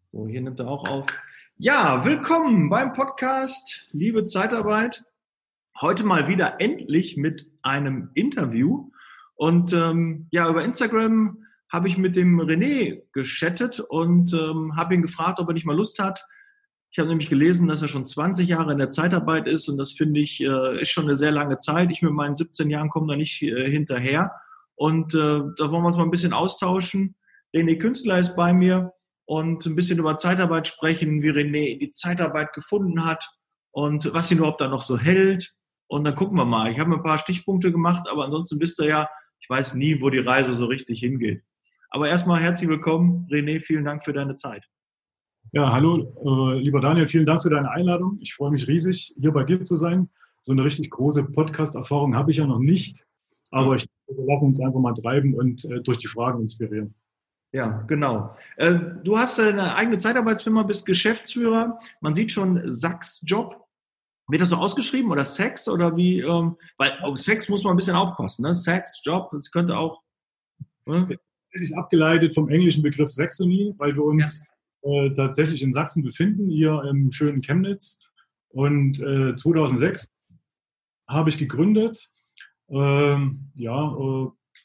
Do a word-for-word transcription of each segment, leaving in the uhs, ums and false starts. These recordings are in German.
So, hier nimmt er auch auf. Ja, willkommen beim Podcast Liebe Zeitarbeit. Heute mal wieder endlich mit einem Interview. Und ähm, ja, über Instagram habe ich mit dem René geschattet und ähm, habe ihn gefragt, ob er nicht mal Lust hat. Ich habe nämlich gelesen, dass er schon zwanzig Jahre in der Zeitarbeit ist und das finde ich, äh, ist schon eine sehr lange Zeit. Ich mit meinen siebzehn Jahren komme da nicht äh, hinterher. Und äh, da wollen wir uns mal ein bisschen austauschen. René Künstler ist bei mir und ein bisschen über Zeitarbeit sprechen, wie René die Zeitarbeit gefunden hat und was ihn überhaupt da noch so hält. Und dann gucken wir mal. Ich habe mir ein paar Stichpunkte gemacht, aber ansonsten wisst ihr ja, ich weiß nie, wo die Reise so richtig hingeht. Aber erstmal herzlich willkommen, René, vielen Dank für deine Zeit. Ja, hallo, äh, lieber Daniel, vielen Dank für deine Einladung. Ich freue mich riesig, hier bei dir zu sein. So eine richtig große Podcast-Erfahrung habe ich ja noch nicht, aber ich wir lassen uns einfach mal treiben und äh, durch die Fragen inspirieren. Ja, genau. Äh, du hast eine eigene Zeitarbeitsfirma, bist Geschäftsführer. Man sieht schon Sachs-Job. Wird das so ausgeschrieben oder Sex oder wie? Ähm, weil auf Sex muss man ein bisschen aufpassen. Ne? Sex, Job, das könnte auch. Ne? Das ist tatsächlich abgeleitet vom englischen Begriff Saxony, weil wir uns ja. äh, tatsächlich in Sachsen befinden, hier im schönen Chemnitz. Und äh, zweitausendsechs habe ich gegründet. Ähm, ja, äh,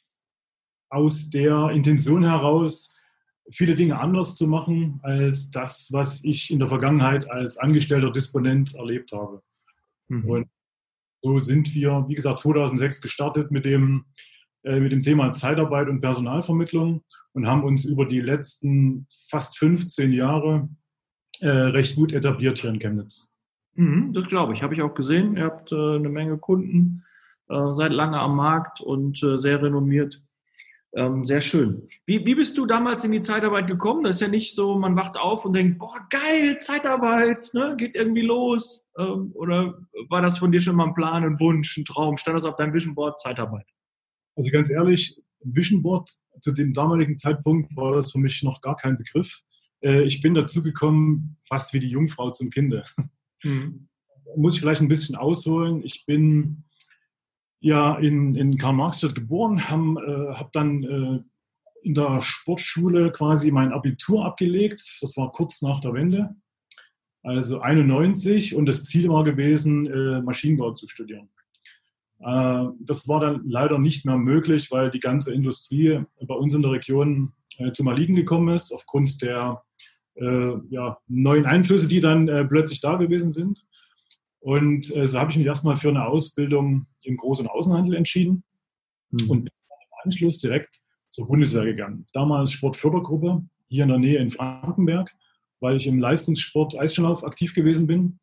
aus der Intention heraus, viele Dinge anders zu machen, als das, was ich in der Vergangenheit als angestellter Disponent erlebt habe. Mhm. Und so sind wir, wie gesagt, zweitausendsechs gestartet mit dem, äh, mit dem Thema Zeitarbeit und Personalvermittlung und haben uns über die letzten fast fünfzehn Jahre äh, recht gut etabliert hier in Chemnitz. Mhm, das glaube ich, habe ich auch gesehen. Ihr habt äh, eine Menge Kunden, äh, seid lange am Markt und äh, sehr renommiert. Ähm, sehr schön. Wie, wie bist du damals in die Zeitarbeit gekommen? Das ist ja nicht so, man wacht auf und denkt, boah, geil, Zeitarbeit, ne? Geht irgendwie los. Ähm, oder war das von dir schon mal ein Plan, ein Wunsch, ein Traum? Stand das auf deinem Vision Board, Zeitarbeit? Also ganz ehrlich, Vision Board zu dem damaligen Zeitpunkt war das für mich noch gar kein Begriff. Äh, ich bin dazu gekommen, fast wie die Jungfrau zum Kinde. Mhm. Muss ich vielleicht ein bisschen ausholen. Ich bin ja in, in Karl-Marx-Stadt geboren, habe äh, hab dann äh, in der Sportschule quasi mein Abitur abgelegt. Das war kurz nach der Wende, also einundneunzig. Und das Ziel war gewesen, äh, Maschinenbau zu studieren. Äh, das war dann leider nicht mehr möglich, weil die ganze Industrie bei uns in der Region äh, zum Erliegen gekommen ist, aufgrund der äh, ja, neuen Einflüsse, die dann äh, plötzlich da gewesen sind. Und äh, so habe ich mich erstmal für eine Ausbildung im Groß- und Außenhandel entschieden mhm. und bin dann im Anschluss direkt zur Bundeswehr gegangen. Damals Sportfördergruppe hier in der Nähe in Frankenberg, weil ich im Leistungssport Eisschnelllauf aktiv gewesen bin.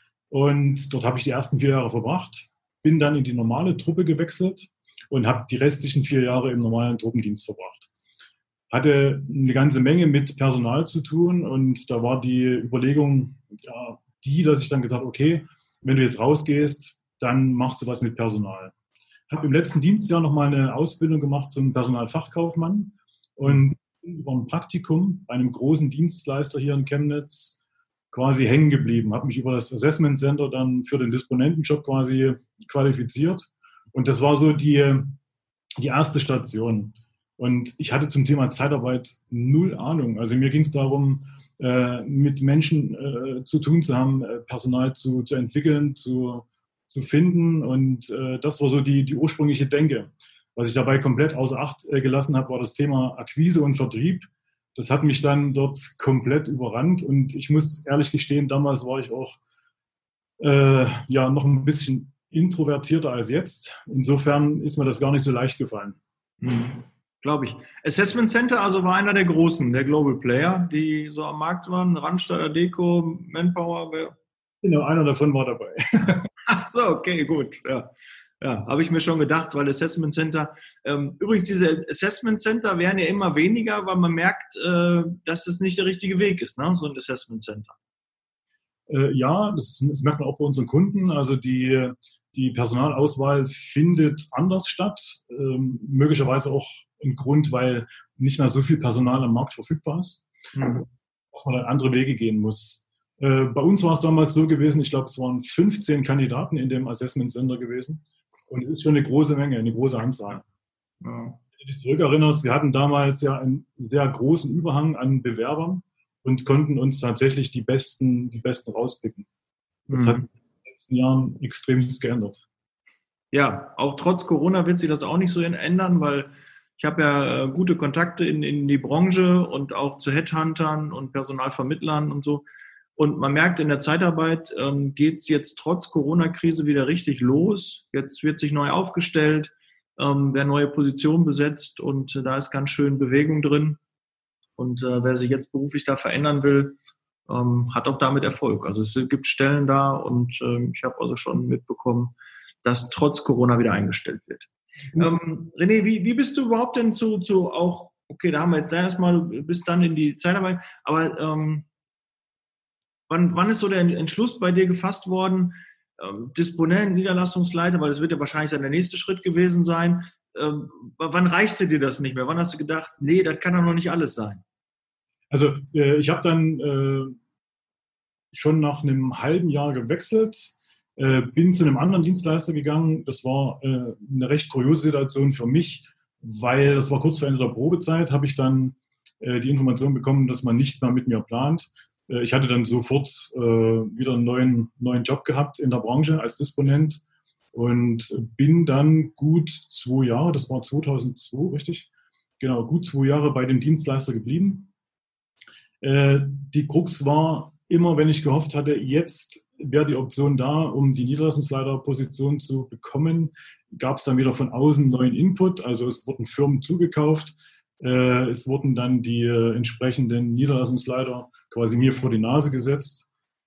Und dort habe ich die ersten vier Jahre verbracht, bin dann in die normale Truppe gewechselt und habe die restlichen vier Jahre im normalen Truppendienst verbracht. Hatte eine ganze Menge mit Personal zu tun und da war die Überlegung, ja, die, dass ich dann gesagt habe, okay, wenn du jetzt rausgehst, dann machst du was mit Personal. Ich habe im letzten Dienstjahr nochmal eine Ausbildung gemacht zum Personalfachkaufmann und über ein Praktikum bei einem großen Dienstleister hier in Chemnitz quasi hängen geblieben. Habe mich über das Assessment Center dann für den Disponentenjob quasi qualifiziert. Und das war so die, die erste Station. Und ich hatte zum Thema Zeitarbeit null Ahnung. Also mir ging es darum, äh, mit Menschen äh, zu tun zu haben, äh, Personal zu, zu entwickeln, zu, zu finden. Und äh, das war so die, die ursprüngliche Denke. Was ich dabei komplett außer Acht äh, gelassen habe, war das Thema Akquise und Vertrieb. Das hat mich dann dort komplett überrannt. Und ich muss ehrlich gestehen, damals war ich auch äh, ja, noch ein bisschen introvertierter als jetzt. Insofern ist mir das gar nicht so leicht gefallen. Mhm. Glaube ich. Assessment Center also war einer der großen, der Global Player, die so am Markt waren. Randstad, Adecco, Manpower. Wer? Genau, einer davon war dabei. Ach so, okay, gut. Ja, ja, habe ich mir schon gedacht, weil Assessment Center, ähm, übrigens diese Assessment Center werden ja immer weniger, weil man merkt, äh, dass es nicht der richtige Weg ist, ne? So ein Assessment Center. Äh, ja, das, das merkt man auch bei unseren Kunden. Also die, die Personalauswahl findet anders statt. Ähm, möglicherweise auch im Grund, weil nicht mehr so viel Personal am Markt verfügbar ist, mhm. dass man dann andere Wege gehen muss. Äh, bei uns war es damals so gewesen, ich glaube, es waren fünfzehn Kandidaten in dem Assessment Center gewesen. Und es ist schon eine große Menge, eine große Anzahl. Ja. Wenn du dich zurückerinnerst, wir hatten damals ja einen sehr großen Überhang an Bewerbern. und konnten uns tatsächlich die Besten, die Besten rauspicken. Das mhm. hat in den letzten Jahren extrem geändert. Ja, auch trotz Corona wird sich das auch nicht so ändern, weil ich habe ja gute Kontakte in, in die Branche und auch zu Headhuntern und Personalvermittlern und so. Und man merkt, in der Zeitarbeit ähm, geht es jetzt trotz Corona-Krise wieder richtig los. Jetzt wird sich neu aufgestellt, ähm, werden neue Positionen besetzt und äh, da ist ganz schön Bewegung drin. Und äh, wer sich jetzt beruflich da verändern will, ähm, hat auch damit Erfolg. Also es gibt Stellen da und äh, ich habe also schon mitbekommen, dass trotz Corona wieder eingestellt wird. Mhm. Ähm, René, wie, wie bist du überhaupt denn zu, zu auch, okay, da haben wir jetzt da erstmal, du bist dann in die Zeitarbeit, aber ähm, wann, wann ist so der Entschluss bei dir gefasst worden, ähm, Disponent, Niederlassungsleiter, weil das wird ja wahrscheinlich dann der nächste Schritt gewesen sein. Ähm, wann reichte dir das nicht mehr? Wann hast du gedacht, nee, das kann doch noch nicht alles sein? Also äh, ich habe dann äh, schon nach einem halben Jahr gewechselt, äh, bin zu einem anderen Dienstleister gegangen. Das war äh, eine recht kuriose Situation für mich, weil das war kurz vor Ende der Probezeit, habe ich dann äh, die Information bekommen, dass man nicht mehr mit mir plant. Äh, ich hatte dann sofort äh, wieder einen neuen, neuen Job gehabt in der Branche als Disponent und bin dann gut zwei Jahre, das war zweitausendzwei, richtig? Genau, gut zwei Jahre bei dem Dienstleister geblieben. Äh, die Krux war immer, wenn ich gehofft hatte, jetzt wäre die Option da, um die Niederlassungsleiterposition zu bekommen, gab es dann wieder von außen neuen Input. Also es wurden Firmen zugekauft, äh, es wurden dann die äh, entsprechenden Niederlassungsleiter quasi mir vor die Nase gesetzt.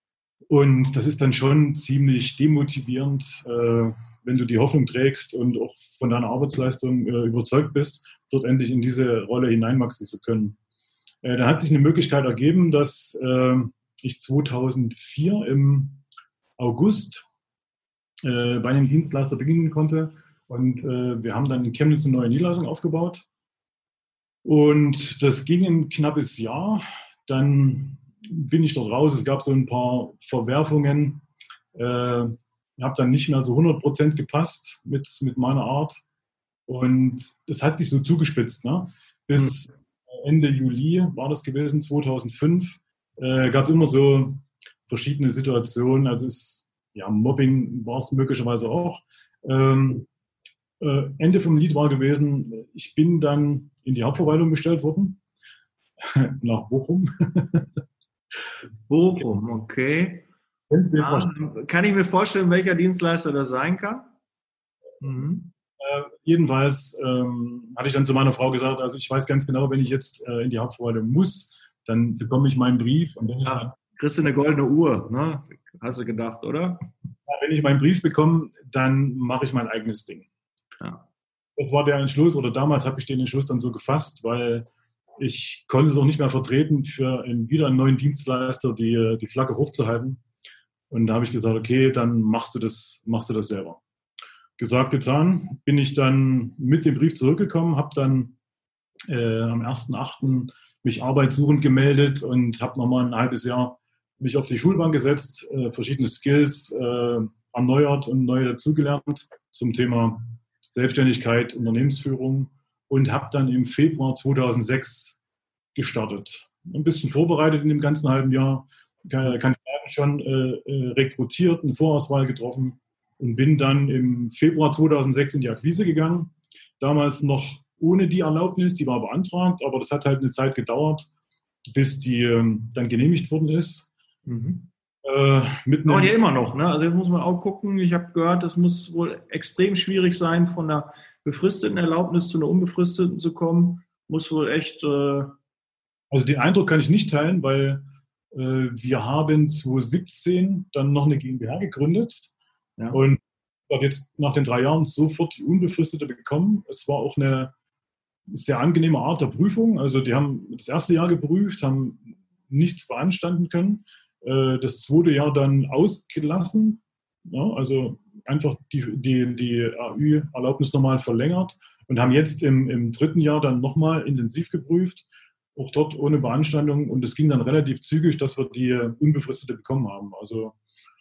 Und das ist dann schon ziemlich demotivierend, äh, wenn du die Hoffnung trägst und auch von deiner Arbeitsleistung äh, überzeugt bist, dort endlich in diese Rolle hineinwachsen zu können. Äh, dann hat sich eine Möglichkeit ergeben, dass äh, ich zweitausendvier im August äh, bei einem Dienstleister beginnen konnte. Und äh, wir haben dann in Chemnitz eine neue Niederlassung aufgebaut. Und das ging ein knappes Jahr. Dann bin ich dort raus. Es gab so ein paar Verwerfungen. Ich äh, habe dann nicht mehr so hundert Prozent gepasst mit, mit meiner Art. Und das hat sich so zugespitzt. Ne? Bis Ende Juli war das gewesen, zweitausendfünf. Äh, gab es immer so verschiedene Situationen. Also es, ja, Mobbing war es möglicherweise auch. Ähm, äh, Ende vom Lied war gewesen, ich bin dann in die Hauptverwaltung bestellt worden. Nach Bochum. Bochum, okay. Ja, kann ich mir vorstellen, welcher Dienstleister das sein kann? Mhm. Äh, jedenfalls ähm, hatte ich dann zu meiner Frau gesagt, also ich weiß ganz genau, wenn ich jetzt äh, in die Hauptverwaltung muss, dann bekomme ich meinen Brief. Und wenn ich ja, dann, kriegst du eine goldene Uhr, ne? Hast du gedacht, oder? Ja, wenn ich meinen Brief bekomme, dann mache ich mein eigenes Ding. Ja. Das war der Entschluss, oder damals habe ich den Entschluss dann so gefasst, weil ich konnte es auch nicht mehr vertreten, für einen, wieder einen neuen Dienstleister die, die Flagge hochzuhalten. Und da habe ich gesagt, okay, dann machst du das, machst du das selber. Gesagt, getan, bin ich dann mit dem Brief zurückgekommen, habe dann äh, am ersten achten mich arbeitssuchend gemeldet und habe nochmal ein halbes Jahr mich auf die Schulbank gesetzt, äh, verschiedene Skills äh, erneuert und neu dazugelernt zum Thema Selbstständigkeit, Unternehmensführung und habe dann im Februar zweitausendsechs gestartet. Ein bisschen vorbereitet in dem ganzen halben Jahr, Kandidaten schon äh, rekrutiert, eine Vorauswahl getroffen und bin dann im Februar zweitausendsechs in die Akquise gegangen. Damals noch ohne die Erlaubnis, die war beantragt, aber das hat halt eine Zeit gedauert, bis die ähm, dann genehmigt worden ist. Mhm. Äh, mit aber ja immer noch, ne? Also jetzt muss man auch gucken, ich habe gehört, es muss wohl extrem schwierig sein, von einer befristeten Erlaubnis zu einer unbefristeten zu kommen. Muss wohl echt... Äh also den Eindruck kann ich nicht teilen, weil äh, wir haben zweitausendsiebzehn dann noch eine GmbH gegründet. Ja. Und hat jetzt nach den drei Jahren sofort die unbefristete bekommen. Es war auch eine sehr angenehme Art der Prüfung. Also die haben das erste Jahr geprüft, haben nichts beanstanden können. Das zweite Jahr dann ausgelassen. Ja, also einfach die, die, die A Ü-Erlaubnis nochmal verlängert und haben jetzt im, im dritten Jahr dann nochmal intensiv geprüft. Auch dort ohne Beanstandung. Und es ging dann relativ zügig, dass wir die unbefristete bekommen haben. Also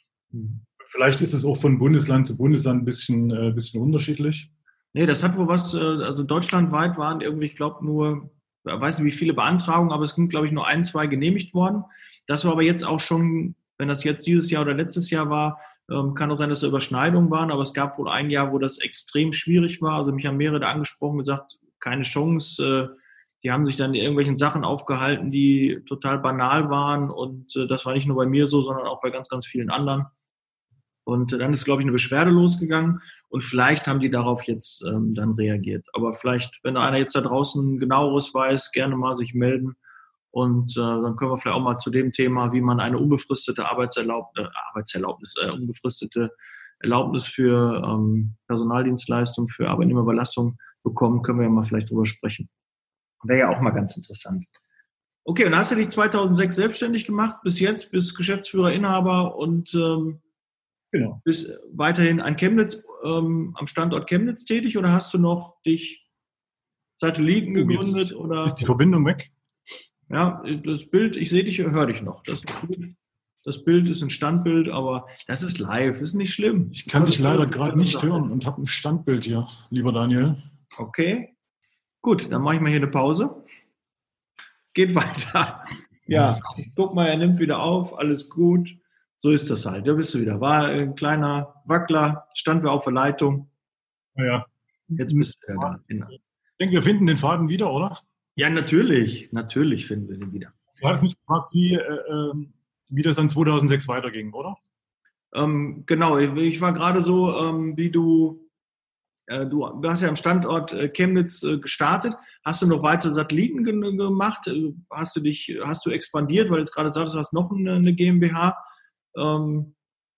vielleicht ist es auch von Bundesland zu Bundesland ein bisschen, äh, bisschen unterschiedlich. Nee, das hat wohl was, also deutschlandweit waren irgendwie, ich glaube, nur ich weiß nicht, wie viele Beantragungen, aber es sind, glaube ich, nur ein, zwei genehmigt worden. Das war aber jetzt auch schon, wenn das jetzt dieses Jahr oder letztes Jahr war, ähm, kann auch sein, dass da Überschneidungen waren, aber es gab wohl ein Jahr, wo das extrem schwierig war. Also mich haben mehrere da angesprochen, gesagt, keine Chance. Äh, die haben sich dann in irgendwelchen Sachen aufgehalten, die total banal waren und äh, das war nicht nur bei mir so, sondern auch bei ganz, ganz vielen anderen. Und äh, dann ist, glaube ich, eine Beschwerde losgegangen und vielleicht haben die darauf jetzt ähm, dann reagiert. Aber vielleicht, wenn da einer jetzt da draußen genaueres weiß, gerne mal sich melden. Und äh, dann können wir vielleicht auch mal zu dem Thema, wie man eine unbefristete Arbeitserlaubnis, äh, Arbeitserlaubnis, äh, unbefristete Erlaubnis für ähm, Personaldienstleistung, für Arbeitnehmerüberlassung bekommen, können wir ja mal vielleicht drüber sprechen. Wäre ja auch mal ganz interessant. Okay, und hast du dich zweitausendsechs selbstständig gemacht, bis jetzt, bist Geschäftsführer, Inhaber und ähm, genau. Bist weiterhin an Chemnitz, ähm, am Standort Chemnitz tätig oder hast du noch dich Satelliten gegründet? Jetzt oder? Ist die Verbindung weg? Ja, das Bild, ich sehe dich, höre dich noch. Das, das Bild ist ein Standbild, aber das ist live, ist nicht schlimm. Ich kann dich leider gerade nicht hören und habe ein Standbild hier, lieber Daniel. Okay, gut, dann mache ich mal hier eine Pause. Geht weiter. Ja, guck mal, er nimmt wieder auf, alles gut. So ist das halt, da bist du wieder. War ein kleiner Wackler, standen wir auf der Leitung. Ja. Jetzt bist du wieder da. Ich denke, wir finden den Faden wieder, oder? Ja, natürlich. Natürlich finden wir den wieder. Du hattest mich gefragt, wie, äh, wie das dann zweitausendsechs weiterging, oder? Ähm, genau, ich war gerade so, ähm, wie du, äh, du, du hast ja am Standort äh, Chemnitz äh, gestartet. Hast du noch weitere Satelliten ge- gemacht? Hast du dich, hast du expandiert, weil du jetzt gerade sagst, du hast noch eine, eine GmbH? Ähm,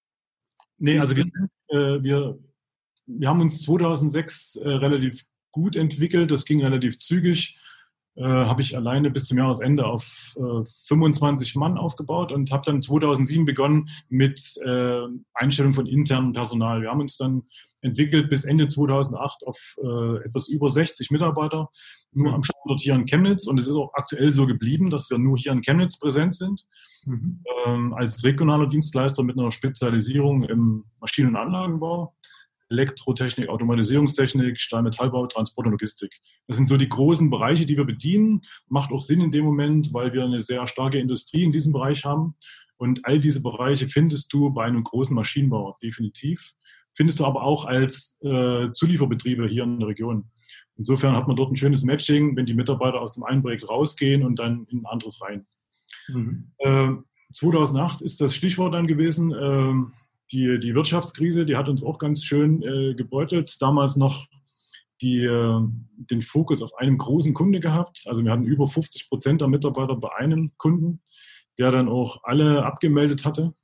nee, also wir, äh, wir, wir haben uns zweitausendsechs äh, relativ gut entwickelt. Das ging relativ zügig. Äh, habe ich alleine bis zum Jahresende auf äh, fünfundzwanzig Mann aufgebaut und habe dann zweitausendsieben begonnen mit äh, Einstellung von internem Personal. Wir haben uns dann entwickelt bis Ende zweitausendacht auf äh, etwas über sechzig Mitarbeiter, nur mhm. am Standort hier in Chemnitz. Und es ist auch aktuell so geblieben, dass wir nur hier in Chemnitz präsent sind, mhm. ähm, als regionaler Dienstleister mit einer Spezialisierung im Maschinen- und Anlagenbau, Elektrotechnik, Automatisierungstechnik, Stahl-Metallbau, Transport und Logistik. Das sind so die großen Bereiche, die wir bedienen. Macht auch Sinn in dem Moment, weil wir eine sehr starke Industrie in diesem Bereich haben. Und all diese Bereiche findest du bei einem großen Maschinenbauer definitiv. Findest du aber auch als äh, Zulieferbetriebe hier in der Region. Insofern hat man dort ein schönes Matching, wenn die Mitarbeiter aus dem einen Projekt rausgehen und dann in ein anderes rein. Mhm. Äh, zweitausendacht ist das Stichwort dann gewesen. Äh, Die, die Wirtschaftskrise, die hat uns auch ganz schön äh, gebeutelt. Damals noch die, äh, den Fokus auf einem großen Kunde gehabt. Also wir hatten über fünfzig Prozent der Mitarbeiter bei einem Kunden, der dann auch alle abgemeldet hatte.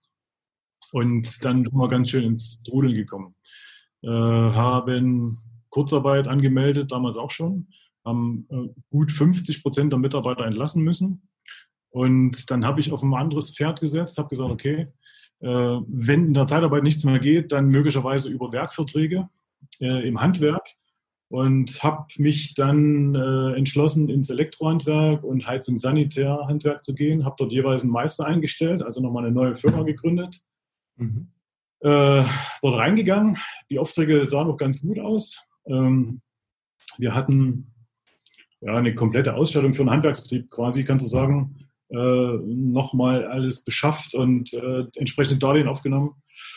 Und dann sind wir ganz schön ins Trudeln gekommen. Äh, haben Kurzarbeit angemeldet, damals auch schon. Haben äh, gut fünfzig Prozent der Mitarbeiter entlassen müssen. Und dann habe ich auf ein anderes Pferd gesetzt, habe gesagt, okay, äh, wenn in der Zeitarbeit nichts mehr geht, dann möglicherweise über Werkverträge äh, im Handwerk. Und habe mich dann äh, entschlossen, ins Elektrohandwerk und Heiz- und Sanitärhandwerk zu gehen. Habe dort jeweils einen Meister eingestellt, also nochmal eine neue Firma gegründet. Mhm. Äh, dort reingegangen. Die Aufträge sahen auch ganz gut aus. Ähm, wir hatten ja, eine komplette Ausstattung für einen Handwerksbetrieb quasi, kannst du sagen, äh, nochmal alles beschafft und äh, entsprechende Darlehen aufgenommen.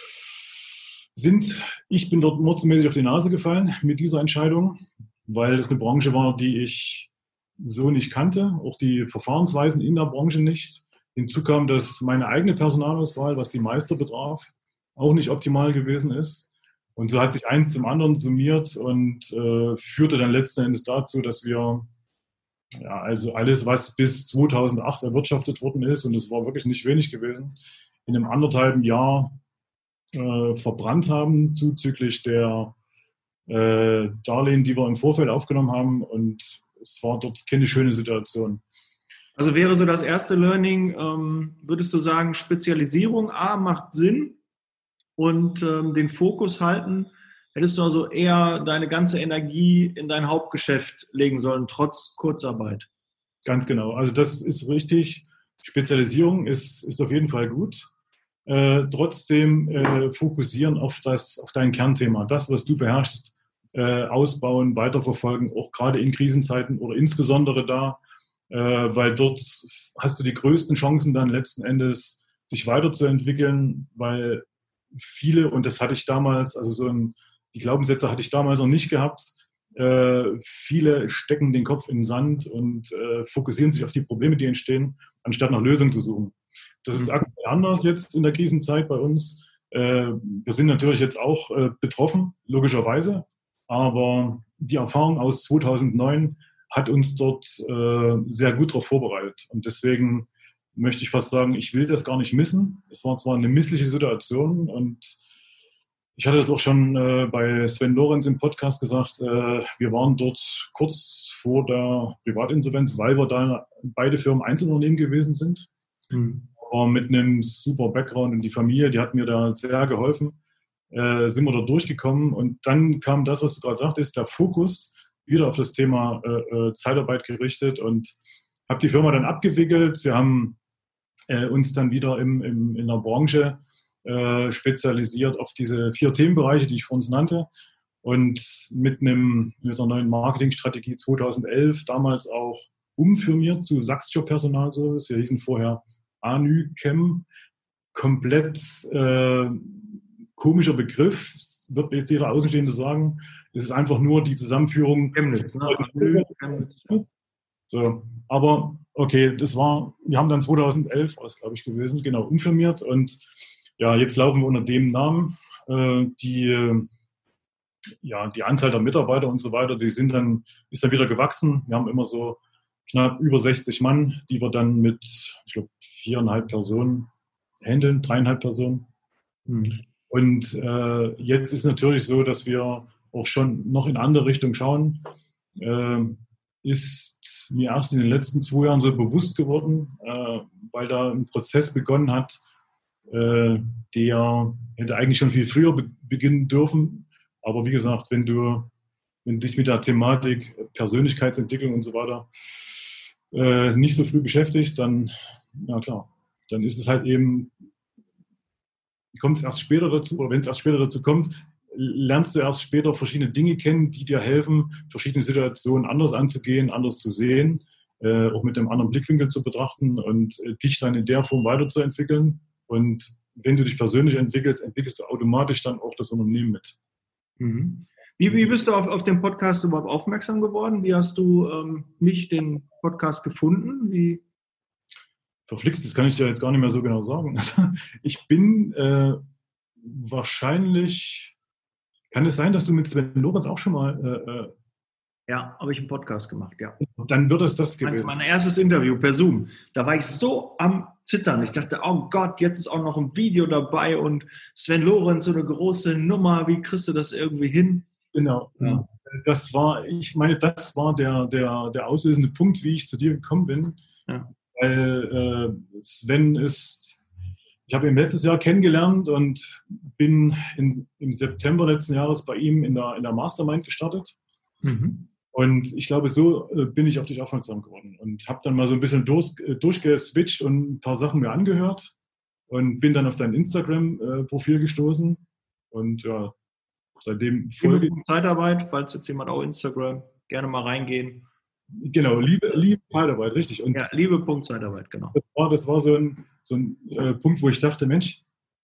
Sind, ich bin dort mordsmäßig auf die Nase gefallen mit dieser Entscheidung, weil es eine Branche war, die ich so nicht kannte, auch die Verfahrensweisen in der Branche nicht. Hinzu kam, dass meine eigene Personalauswahl, was die Meister betraf, auch nicht optimal gewesen ist. Und so hat sich eins zum anderen summiert und äh, führte dann letzten Endes dazu, dass wir ja, also alles, was bis zweitausendacht erwirtschaftet worden ist, und es war wirklich nicht wenig gewesen, in einem anderthalben Jahr äh, verbrannt haben, zuzüglich der äh, Darlehen, die wir im Vorfeld aufgenommen haben. Und es war dort keine schöne Situation. Also wäre so das erste Learning, ähm, würdest du sagen, Spezialisierung A macht Sinn und ähm, den Fokus halten, hättest du also eher deine ganze Energie in dein Hauptgeschäft legen sollen, trotz Kurzarbeit? Ganz genau. Also das ist richtig. Spezialisierung ist, ist auf jeden Fall gut. Äh, trotzdem äh, fokussieren auf, das, auf dein Kernthema. Das, was du beherrschst, äh, ausbauen, weiterverfolgen, auch gerade in Krisenzeiten oder insbesondere da, äh, weil dort hast du die größten Chancen dann letzten Endes, dich weiterzuentwickeln, weil viele, und das hatte ich damals, also so ein, die Glaubenssätze hatte ich damals noch nicht gehabt, äh, viele stecken den Kopf in den Sand und äh, fokussieren sich auf die Probleme, die entstehen, anstatt nach Lösungen zu suchen. Das ist aktuell anders jetzt in der Krisenzeit bei uns. Äh, wir sind natürlich jetzt auch äh, betroffen, logischerweise, aber die Erfahrung aus zweitausendneun hat uns dort äh, sehr gut darauf vorbereitet. Und deswegen möchte ich fast sagen, ich will das gar nicht missen. Es war zwar eine missliche Situation und ich hatte das auch schon äh, bei Sven Lorenz im Podcast gesagt, äh, wir waren dort kurz vor der Privatinsolvenz, weil wir da beide Firmen Einzelunternehmen gewesen sind. Mhm. Aber mit einem super Background und die Familie, die hat mir da sehr geholfen, äh, sind wir da durchgekommen. Und dann kam das, was du gerade sagtest, der Fokus wieder auf das Thema äh, Zeitarbeit gerichtet und habe die Firma dann abgewickelt. Wir haben äh, uns dann wieder im, im, in der Branche äh, spezialisiert auf diese vier Themenbereiche, die ich vor uns nannte. Und mit, einem, mit einer neuen Marketingstrategie zweitausendelf damals auch umfirmiert zu Saxjo Personalservice. Wir hießen vorher Anychem. Komplett äh, komischer Begriff, wird jetzt jeder Außenstehende sagen. Es ist einfach nur die Zusammenführung. Chemnitz, ne? So, aber okay, das war, wir haben dann zweitausendelf, war es glaube ich gewesen, genau, umfirmiert und ja, jetzt laufen wir unter dem Namen. Äh, die, äh, ja, die Anzahl der Mitarbeiter und so weiter, die sind dann, ist dann wieder gewachsen. Wir haben immer so knapp über sechzig Mann, die wir dann mit, ich glaube, viereinhalb Personen handeln, dreieinhalb Personen. Hm. Und äh, jetzt ist natürlich so, dass wir auch schon noch in andere Richtungen schauen. Äh, ist mir erst in den letzten zwei Jahren so bewusst geworden, äh, weil da ein Prozess begonnen hat, äh, der hätte eigentlich schon viel früher be- beginnen dürfen. Aber wie gesagt, wenn du, wenn du dich mit der Thematik Persönlichkeitsentwicklung und so weiter äh, nicht so früh beschäftigst, dann, ja klar, dann ist es halt eben, kommt es erst später dazu, oder wenn es erst später dazu kommt, lernst du erst später verschiedene Dinge kennen, die dir helfen, verschiedene Situationen anders anzugehen, anders zu sehen, äh, auch mit einem anderen Blickwinkel zu betrachten und äh, dich dann in der Form weiterzuentwickeln. Und wenn du dich persönlich entwickelst, entwickelst du automatisch dann auch das Unternehmen mit. Mhm. Wie, wie bist du auf, auf den Podcast überhaupt aufmerksam geworden? Wie hast du ähm, mich, den Podcast, gefunden? Wie Verflixt, das kann ich dir jetzt gar nicht mehr so genau sagen. Ich bin äh, wahrscheinlich, kann es sein, dass du mit Sven Lorenz auch schon mal... Äh, ja, habe ich einen Podcast gemacht, ja. Dann wird es das gewesen. Mein, mein erstes Interview per Zoom. Da war ich so am Zittern. Ich dachte, oh Gott, jetzt ist auch noch ein Video dabei und Sven Lorenz, so eine große Nummer. Wie kriegst du das irgendwie hin? Genau. Ja. Das war, ich meine, das war der, der, der auslösende Punkt, wie ich zu dir gekommen bin. Ja. Weil äh, Sven ist, ich habe ihn letztes Jahr kennengelernt und bin in, im September letzten Jahres bei ihm in der, in der Mastermind gestartet. Mhm. Und ich glaube, so äh, bin ich auf dich aufmerksam geworden und habe dann mal so ein bisschen durch, äh, durchgeswitcht und ein paar Sachen mir angehört und bin dann auf dein Instagram-Profil äh, gestoßen und ja, seitdem folge ich. Zeitarbeit, falls jetzt jemand auch Instagram, gerne mal reingehen. Genau, Liebe, Liebe Zeitarbeit, richtig. Und ja, Liebe.Zeitarbeit, genau. Das war, das war so ein, so ein äh, Punkt, wo ich dachte, Mensch,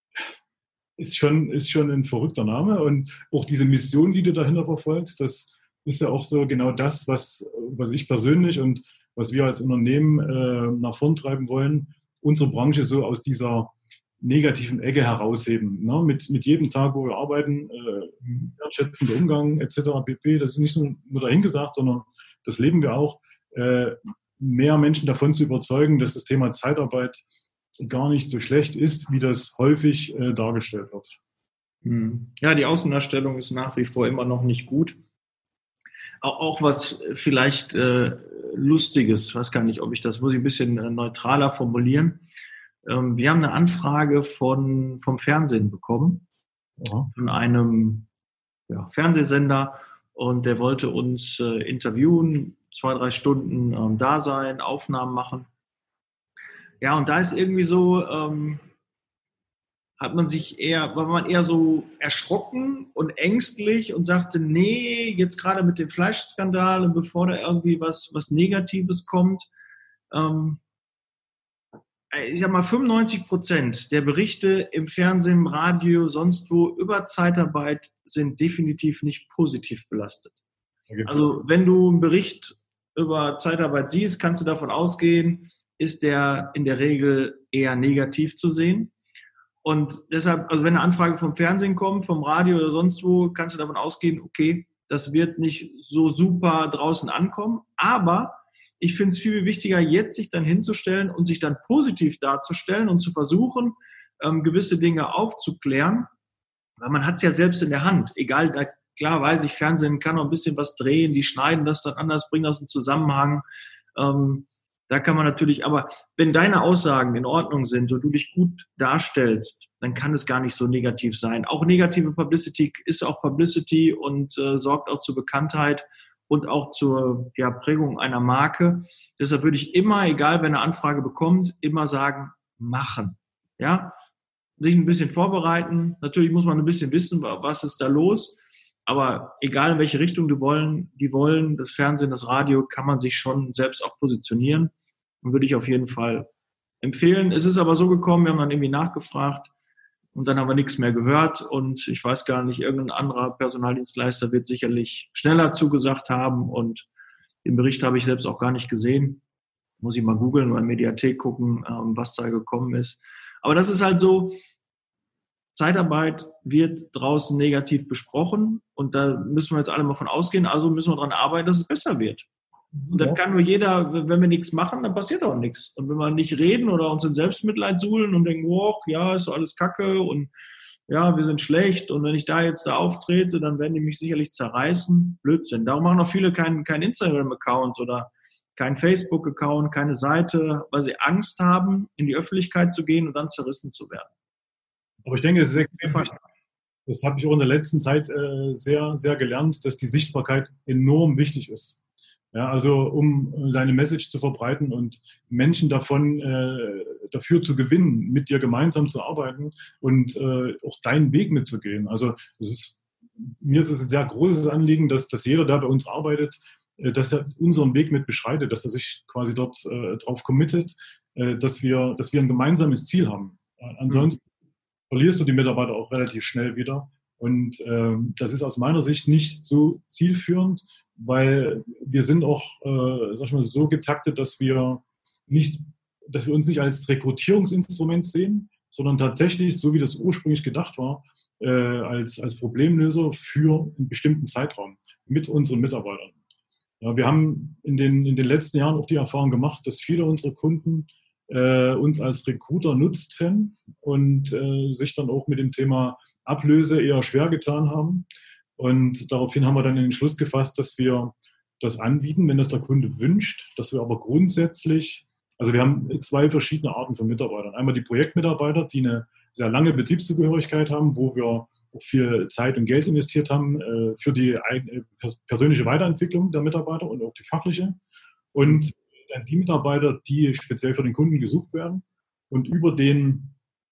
ist schon, ist schon ein verrückter Name und auch diese Mission, die du dahinter verfolgst, das ist ja auch so genau das, was, was ich persönlich und was wir als Unternehmen äh, nach vorn treiben wollen, unsere Branche so aus dieser negativen Ecke herausheben. Ne? Mit, mit jedem Tag, wo wir arbeiten, äh, wertschätzender Umgang et cetera pp. Das ist nicht nur dahingesagt, sondern das leben wir auch, äh, mehr Menschen davon zu überzeugen, dass das Thema Zeitarbeit gar nicht so schlecht ist, wie das häufig äh, dargestellt wird. Ja, die Außendarstellung ist nach wie vor immer noch nicht gut. Auch, auch was vielleicht äh, Lustiges, ich weiß gar nicht, ob ich das, muss ich ein bisschen äh, neutraler formulieren. Ähm, wir haben eine Anfrage von, vom Fernsehen bekommen, ja. Von einem ja, Fernsehsender, und der wollte uns äh, interviewen, zwei, drei Stunden ähm, da sein, Aufnahmen machen. Ja, und da ist irgendwie so, ähm, hat man sich eher, war man eher so erschrocken und ängstlich und sagte, nee, jetzt gerade mit dem Fleischskandal und bevor da irgendwie was, was Negatives kommt, ähm, ich sag mal, fünfundneunzig Prozent der Berichte im Fernsehen, im Radio, sonst wo über Zeitarbeit sind definitiv nicht positiv belastet. Also wenn du einen Bericht über Zeitarbeit siehst, kannst du davon ausgehen, ist der in der Regel eher negativ zu sehen. Und deshalb, also wenn eine Anfrage vom Fernsehen kommt, vom Radio oder sonst wo, kannst du davon ausgehen, okay, das wird nicht so super draußen ankommen. Aber ich finde es viel wichtiger, jetzt sich dann hinzustellen und sich dann positiv darzustellen und zu versuchen, ähm, gewisse Dinge aufzuklären. Weil man hat es ja selbst in der Hand. Egal, da, klar weiß ich, Fernsehen kann noch ein bisschen was drehen, die schneiden das dann anders, bringen das in Zusammenhang. Ähm, da kann man natürlich, aber wenn deine Aussagen in Ordnung sind und du dich gut darstellst, dann kann es gar nicht so negativ sein. Auch negative Publicity ist auch Publicity und äh, sorgt auch zur Bekanntheit und auch zur ja, Prägung einer Marke. Deshalb würde ich immer, egal wenn eine Anfrage bekommt, immer sagen, machen. Ja, sich ein bisschen vorbereiten. Natürlich muss man ein bisschen wissen, was ist da los. Aber egal in welche Richtung die wollen, die wollen, das Fernsehen, das Radio, kann man sich schon selbst auch positionieren. Und würde ich auf jeden Fall empfehlen. Es ist aber so gekommen, wir haben dann irgendwie nachgefragt und dann haben wir nichts mehr gehört. Und ich weiß gar nicht, irgendein anderer Personaldienstleister wird sicherlich schneller zugesagt haben. Und den Bericht habe ich selbst auch gar nicht gesehen. Muss ich mal googeln oder in der Mediathek gucken, was da gekommen ist. Aber das ist halt so, Zeitarbeit wird draußen negativ besprochen und da müssen wir jetzt alle mal von ausgehen, also müssen wir daran arbeiten, dass es besser wird. Und dann kann nur jeder, wenn wir nichts machen, dann passiert auch nichts. Und wenn wir nicht reden oder uns in Selbstmitleid suhlen und denken, oh, ja, ist doch alles Kacke und ja, wir sind schlecht und wenn ich da jetzt da auftrete, dann werden die mich sicherlich zerreißen. Blödsinn. Darum machen auch viele keinen kein Instagram-Account oder keinen Facebook-Account, keine Seite, weil sie Angst haben, in die Öffentlichkeit zu gehen und dann zerrissen zu werden. Aber ich denke, es ist extrem wichtig. Das habe ich auch in der letzten Zeit äh, sehr, sehr gelernt, dass die Sichtbarkeit enorm wichtig ist. Ja, also um deine Message zu verbreiten und Menschen davon äh, dafür zu gewinnen, mit dir gemeinsam zu arbeiten und äh, auch deinen Weg mitzugehen. Also das ist, mir ist es ein sehr großes Anliegen, dass, dass jeder, der bei uns arbeitet, äh, dass er unseren Weg mit beschreitet, dass er sich quasi dort äh, drauf committet, äh, dass wir, dass wir ein gemeinsames Ziel haben. Äh, ansonsten mhm. verlierst du die Mitarbeiter auch relativ schnell wieder. Und äh, das ist aus meiner Sicht nicht so zielführend, weil wir sind auch, äh, sag ich mal, so getaktet, dass wir nicht, dass wir uns nicht als Rekrutierungsinstrument sehen, sondern tatsächlich, so wie das ursprünglich gedacht war, äh, als, als Problemlöser für einen bestimmten Zeitraum mit unseren Mitarbeitern. Ja, wir haben in den, in den letzten Jahren auch die Erfahrung gemacht, dass viele unserer Kunden äh, uns als Recruiter nutzten und äh, sich dann auch mit dem Thema Ablöse eher schwer getan haben. Und daraufhin haben wir dann den Entschluss gefasst, dass wir das anbieten, wenn das der Kunde wünscht, dass wir aber grundsätzlich, also wir haben zwei verschiedene Arten von Mitarbeitern. Einmal die Projektmitarbeiter, die eine sehr lange Betriebszugehörigkeit haben, wo wir auch viel Zeit und Geld investiert haben äh, für die eigene, persönliche Weiterentwicklung der Mitarbeiter und auch die fachliche. Und dann die Mitarbeiter, die speziell für den Kunden gesucht werden und über den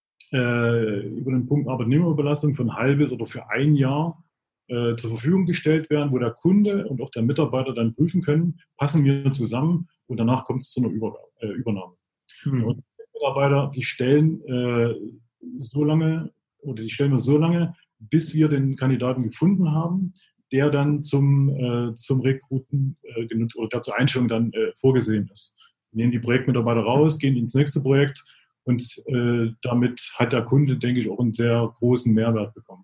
Äh, über den Punkt Arbeitnehmerüberlassung für ein halbes oder für ein Jahr äh, zur Verfügung gestellt werden, wo der Kunde und auch der Mitarbeiter dann prüfen können, passen wir zusammen und danach kommt es zu einer Übergabe, äh, Übernahme. Mhm. Und die Mitarbeiter, die stellen äh, so lange oder die stellen wir so lange, bis wir den Kandidaten gefunden haben, der dann zum, äh, zum Rekruten äh, genutzt oder der zur Einstellung dann äh, vorgesehen ist. Wir nehmen die Projektmitarbeiter raus, gehen ins nächste Projekt. Und äh, damit hat der Kunde, denke ich, auch einen sehr großen Mehrwert bekommen.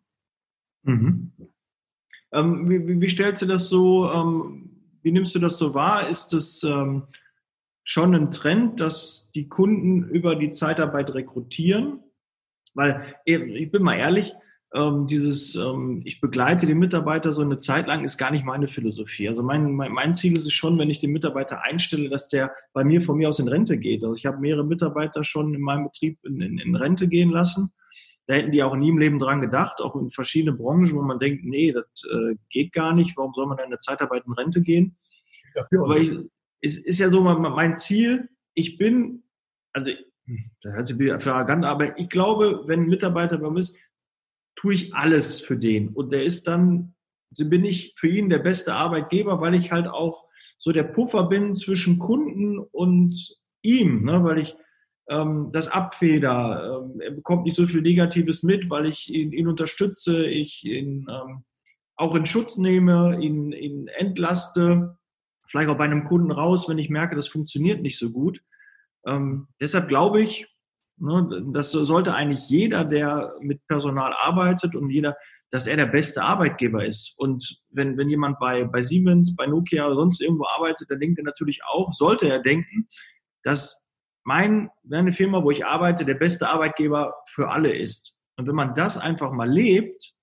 Mhm. Ähm, wie, wie stellst du das so, ähm, wie nimmst du das so wahr? Ist das ähm, schon ein Trend, dass die Kunden über die Zeitarbeit rekrutieren? Weil, ich bin mal ehrlich, ähm, dieses, ähm, ich begleite den Mitarbeiter so eine Zeit lang, ist gar nicht meine Philosophie. Also mein, mein, mein Ziel ist es schon, wenn ich den Mitarbeiter einstelle, dass der bei mir von mir aus in Rente geht. Also ich habe mehrere Mitarbeiter schon in meinem Betrieb in, in, in Rente gehen lassen. Da hätten die auch nie im Leben dran gedacht, auch in verschiedenen Branchen, wo man denkt, nee, das äh, geht gar nicht, warum soll man dann in der Zeitarbeit in Rente gehen? Dafür aber ich, es ist ja so mein Ziel, ich bin, also das hört sich wieder für arrogant, aber ich glaube, wenn ein Mitarbeiter bei mir ist, tue ich alles für den. Und der ist dann, so bin ich für ihn der beste Arbeitgeber, weil ich halt auch so der Puffer bin zwischen Kunden und ihm, ne, weil ich ähm, das abfeder. Ähm, er bekommt nicht so viel Negatives mit, weil ich ihn, ihn unterstütze, ich ihn ähm, auch in Schutz nehme, ihn, ihn entlaste, vielleicht auch bei einem Kunden raus, wenn ich merke, das funktioniert nicht so gut. Ähm, deshalb glaube ich, ne, das sollte eigentlich jeder, der mit Personal arbeitet und jeder, dass er der beste Arbeitgeber ist. Und wenn, wenn jemand bei, bei Siemens, bei Nokia oder sonst irgendwo arbeitet, dann denkt er natürlich auch, sollte er denken, dass mein, meine Firma, wo ich arbeite, der beste Arbeitgeber für alle ist. Und wenn man das einfach mal lebt,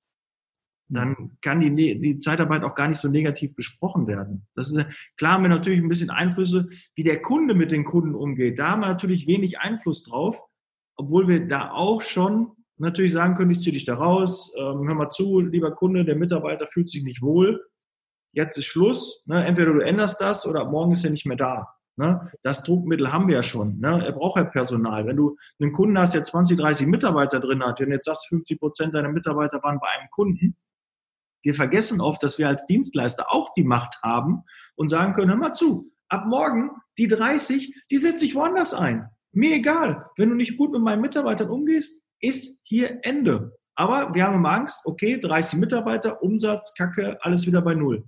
dann kann die, die Zeitarbeit auch gar nicht so negativ besprochen werden. Das ist klar, haben wir natürlich ein bisschen Einflüsse, wie der Kunde mit den Kunden umgeht. Da haben wir natürlich wenig Einfluss drauf, obwohl wir da auch schon natürlich sagen können, ich ziehe dich da raus, ähm, hör mal zu, lieber Kunde, der Mitarbeiter fühlt sich nicht wohl, jetzt ist Schluss, ne? Entweder du änderst das oder morgen ist er nicht mehr da. Ne? Das Druckmittel haben wir ja schon. Ne? Er braucht ja Personal. Wenn du einen Kunden hast, der zwanzig, dreißig Mitarbeiter drin hat, und jetzt sagst fünfzig Prozent deiner Mitarbeiter waren bei einem Kunden, wir vergessen oft, dass wir als Dienstleister auch die Macht haben und sagen können, hör mal zu, ab morgen die dreißig, die setze ich woanders ein. Mir egal. Wenn du nicht gut mit meinen Mitarbeitern umgehst, ist hier Ende. Aber wir haben immer Angst, okay, dreißig Mitarbeiter, Umsatz, Kacke, alles wieder bei Null.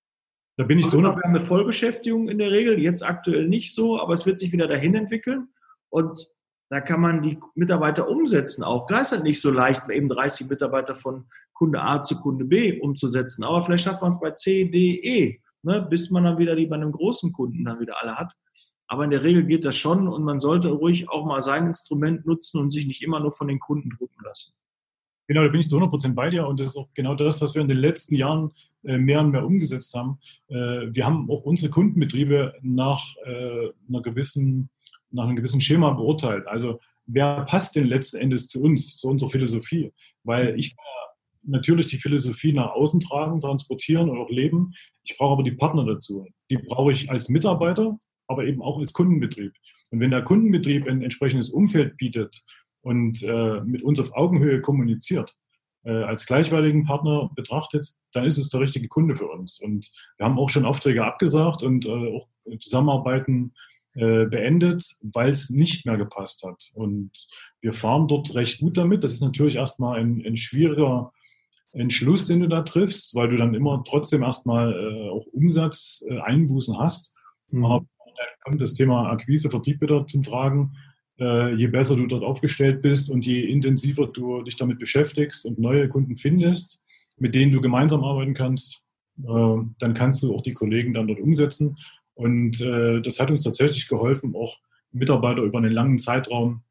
Da bin ich so noch mit Vollbeschäftigung in der Regel, jetzt aktuell nicht so, aber es wird sich wieder dahin entwickeln und da kann man die Mitarbeiter umsetzen auch. Klar ist das nicht so leicht, eben dreißig Mitarbeiter von Kunde A zu Kunde B umzusetzen, aber vielleicht schafft man es bei C, D, E, ne, bis man dann wieder die bei einem großen Kunden dann wieder alle hat. Aber in der Regel geht das schon und man sollte ruhig auch mal sein Instrument nutzen und sich nicht immer nur von den Kunden drucken lassen. Genau, da bin ich zu hundert Prozent bei dir und das ist auch genau das, was wir in den letzten Jahren äh, mehr und mehr umgesetzt haben. Äh, wir haben auch unsere Kundenbetriebe nach, äh, einer gewissen, nach einem gewissen Schema beurteilt. Also wer passt denn letzten Endes zu uns, zu unserer Philosophie? Weil ich kann ja natürlich die Philosophie nach außen tragen, transportieren und auch leben. Ich brauche aber die Partner dazu. Die brauche ich als Mitarbeiter, aber eben auch als Kundenbetrieb. Und wenn der Kundenbetrieb ein entsprechendes Umfeld bietet, und äh, mit uns auf Augenhöhe kommuniziert, äh, als gleichwertigen Partner betrachtet, dann ist es der richtige Kunde für uns. Und wir haben auch schon Aufträge abgesagt und äh, auch Zusammenarbeiten äh, beendet, weil es nicht mehr gepasst hat. Und wir fahren dort recht gut damit. Das ist natürlich erstmal ein, ein schwieriger Entschluss, den du da triffst, weil du dann immer trotzdem erstmal äh, auch Umsatzeinbußen hast. Mhm. Aber dann kommt das Thema Akquise, Vertrieb wieder zum Tragen. Je besser du dort aufgestellt bist und je intensiver du dich damit beschäftigst und neue Kunden findest, mit denen du gemeinsam arbeiten kannst, dann kannst du auch die Kollegen dann dort umsetzen. Und das hat uns tatsächlich geholfen, auch Mitarbeiter über einen langen Zeitraum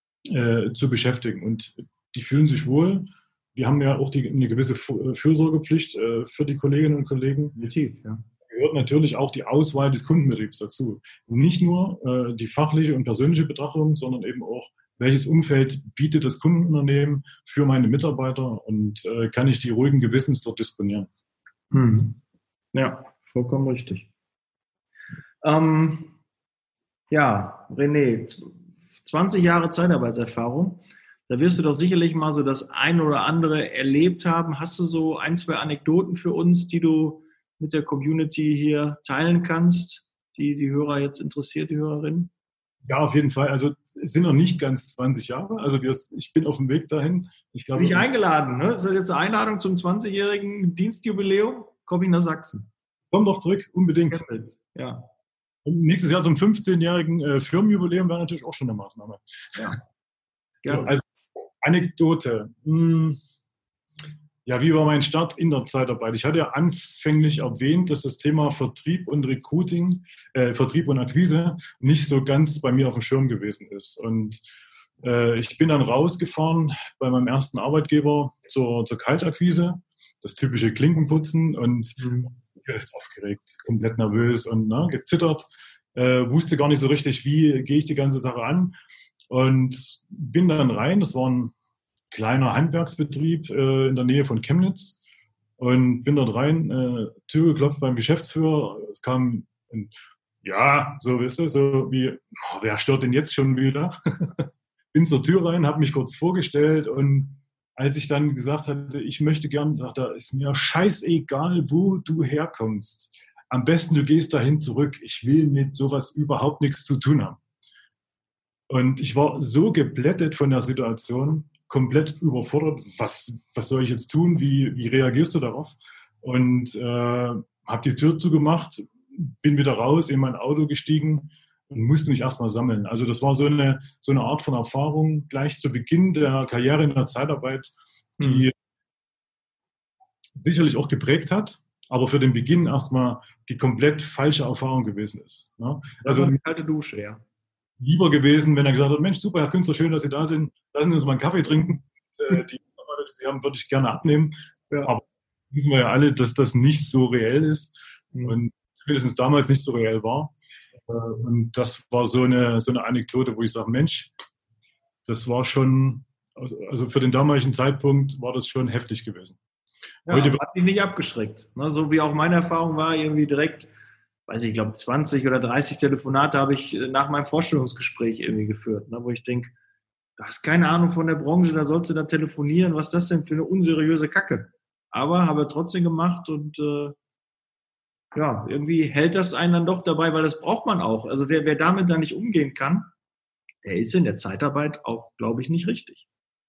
zu beschäftigen. Und die fühlen sich wohl. Wir haben ja auch die, eine gewisse Fürsorgepflicht für die Kolleginnen und Kollegen. Definitiv, ja. Gehört natürlich auch die Auswahl des Kundenbetriebs dazu. Nicht nur äh, die fachliche und persönliche Betrachtung, sondern eben auch, welches Umfeld bietet das Kundenunternehmen für meine Mitarbeiter und äh, kann ich die ruhigen Gewissens dort disponieren. Hm. Ja, vollkommen richtig. Ähm, ja, René, zwanzig Jahre Zeitarbeitserfahrung. Da wirst du doch sicherlich mal so das ein oder andere erlebt haben. Hast du so ein, zwei Anekdoten für uns, die du mit der Community hier teilen kannst, die die Hörer jetzt interessiert, die Hörerinnen? Ja, auf jeden Fall. Also es sind noch nicht ganz zwanzig Jahre. Also wir, ich bin auf dem Weg dahin. Ich glaube, bin ich eingeladen, ne? Das ist jetzt eine Einladung zum zwanzigjährigen Dienstjubiläum. Komme ich nach Sachsen. Komm doch zurück, unbedingt. Ja. Und nächstes Jahr zum fünfzehnjährigen äh, Firmenjubiläum wäre natürlich auch schon eine Maßnahme. Ja. So, also Anekdote. Hm. Ja, wie war mein Start in der Zeitarbeit? Ich hatte ja anfänglich erwähnt, dass das Thema Vertrieb und Recruiting, äh, Vertrieb und Akquise nicht so ganz bei mir auf dem Schirm gewesen ist. Und äh, ich bin dann rausgefahren bei meinem ersten Arbeitgeber zur, zur Kaltakquise, das typische Klinkenputzen und mhm. ich war aufgeregt, komplett nervös und ne, gezittert, äh, wusste gar nicht so richtig, wie gehe ich die ganze Sache an und bin dann rein, das war ein kleiner Handwerksbetrieb äh, in der Nähe von Chemnitz und bin dort rein, äh, Tür geklopft beim Geschäftsführer. Es kam, ein, ja, so wisst ihr, so wie, oh, wer stört denn jetzt schon wieder? Bin zur Tür rein, habe mich kurz vorgestellt und als ich dann gesagt hatte, ich möchte gern, sagte er, ist mir scheißegal, wo du herkommst. Am besten, du gehst dahin zurück. Ich will mit sowas überhaupt nichts zu tun haben. Und ich war so geblättet von der Situation, komplett überfordert. Was, was soll ich jetzt tun? Wie, wie reagierst du darauf? Und äh, habe die Tür zugemacht, bin wieder raus, in mein Auto gestiegen und musste mich erstmal sammeln. Also das war so eine, so eine Art von Erfahrung gleich zu Beginn der Karriere in der Zeitarbeit, die mhm. sicherlich auch geprägt hat, aber für den Beginn erstmal die komplett falsche Erfahrung gewesen ist. Ne? Also eine kalte Dusche, ja. Lieber gewesen, wenn er gesagt hat, Mensch, super, Herr Künstler, schön, dass Sie da sind, lassen Sie uns mal einen Kaffee trinken. Äh, die Mitarbeiter, die Sie haben, würde ich gerne abnehmen. Ja. Aber wissen wir ja alle, dass das nicht so reell ist mhm. und zumindest damals nicht so reell war. Und das war so eine, so eine Anekdote, wo ich sage, Mensch, das war schon, also für den damaligen Zeitpunkt war das schon heftig gewesen. Ja, Heute hat mich nicht abgeschreckt. So wie auch meine Erfahrung war, irgendwie direkt, weiß ich, glaube zwanzig oder dreißig Telefonate habe ich nach meinem Vorstellungsgespräch irgendwie geführt, wo ich denke, du hast keine Ahnung von der Branche, da sollst du da telefonieren, was ist das denn für eine unseriöse Kacke? Aber habe trotzdem gemacht und äh, ja, irgendwie hält das einen dann doch dabei, weil das braucht man auch. Also wer, wer damit dann nicht umgehen kann, der ist in der Zeitarbeit auch, glaube ich, nicht richtig.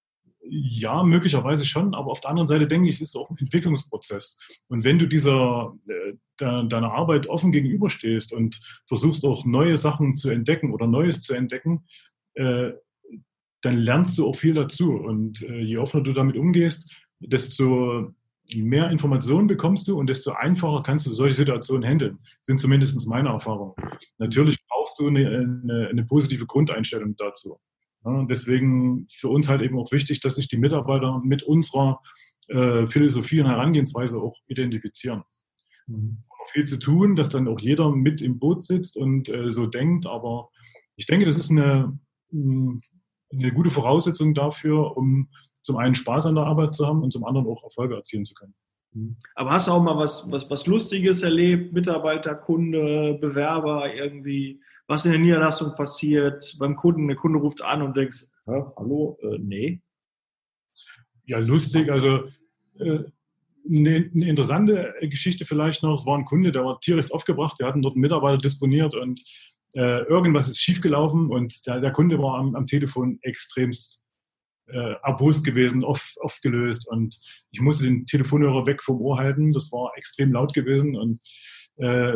Ja, möglicherweise schon, aber auf der anderen Seite denke ich, es ist auch ein Entwicklungsprozess. Und wenn du dieser, äh, de, deiner Arbeit offen gegenüberstehst und versuchst auch neue Sachen zu entdecken oder Neues zu entdecken, äh, dann lernst du auch viel dazu. Und äh, je offener du damit umgehst, desto mehr Informationen bekommst du und desto einfacher kannst du solche Situationen handeln. Das sind zumindest meine Erfahrungen. Natürlich brauchst du eine, eine, eine positive Grundeinstellung dazu. Ja, und deswegen für uns halt eben auch wichtig, dass sich die Mitarbeiter mit unserer äh, Philosophie und Herangehensweise auch identifizieren. Mhm. Auch viel zu tun, dass dann auch jeder mit im Boot sitzt und äh, so denkt, aber ich denke, das ist eine, eine gute Voraussetzung dafür, um zum einen Spaß an der Arbeit zu haben und zum anderen auch Erfolge erzielen zu können. Aber hast du auch mal was, was, was Lustiges erlebt? Mitarbeiter, Kunde, Bewerber irgendwie? Was in der Niederlassung passiert? Beim Kunden, der Kunde ruft an und denkst, hallo, äh, nee. Ja, lustig. Also äh, eine, eine interessante Geschichte vielleicht noch. Es war ein Kunde, der war tierisch aufgebracht. Wir hatten dort einen Mitarbeiter disponiert und äh, irgendwas ist schiefgelaufen und der, der Kunde war am, am Telefon extremst Äh, erbost gewesen, oft, oft gelöst und ich musste den Telefonhörer weg vom Ohr halten. Das war extrem laut gewesen und äh,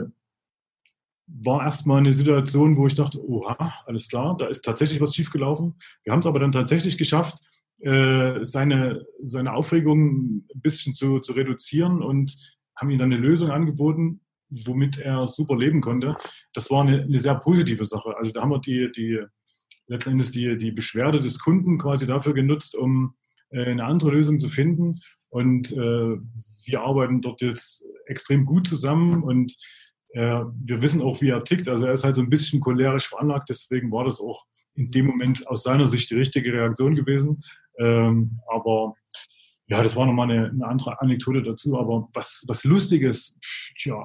war erstmal eine Situation, wo ich dachte, oha, alles klar, da ist tatsächlich was schiefgelaufen. Wir haben es aber dann tatsächlich geschafft, äh, seine, seine Aufregung ein bisschen zu, zu reduzieren und haben ihm dann eine Lösung angeboten, womit er super leben konnte. Das war eine, eine sehr positive Sache. Also da haben wir die, die letzten Endes die, die Beschwerde des Kunden quasi dafür genutzt, um äh, eine andere Lösung zu finden. Und äh, wir arbeiten dort jetzt extrem gut zusammen und äh, wir wissen auch, wie er tickt. Also er ist halt so ein bisschen cholerisch veranlagt, deswegen war das auch in dem Moment aus seiner Sicht die richtige Reaktion gewesen. Ähm, aber ja, das war nochmal eine, eine andere Anekdote dazu. Aber was, was Lustiges, tja,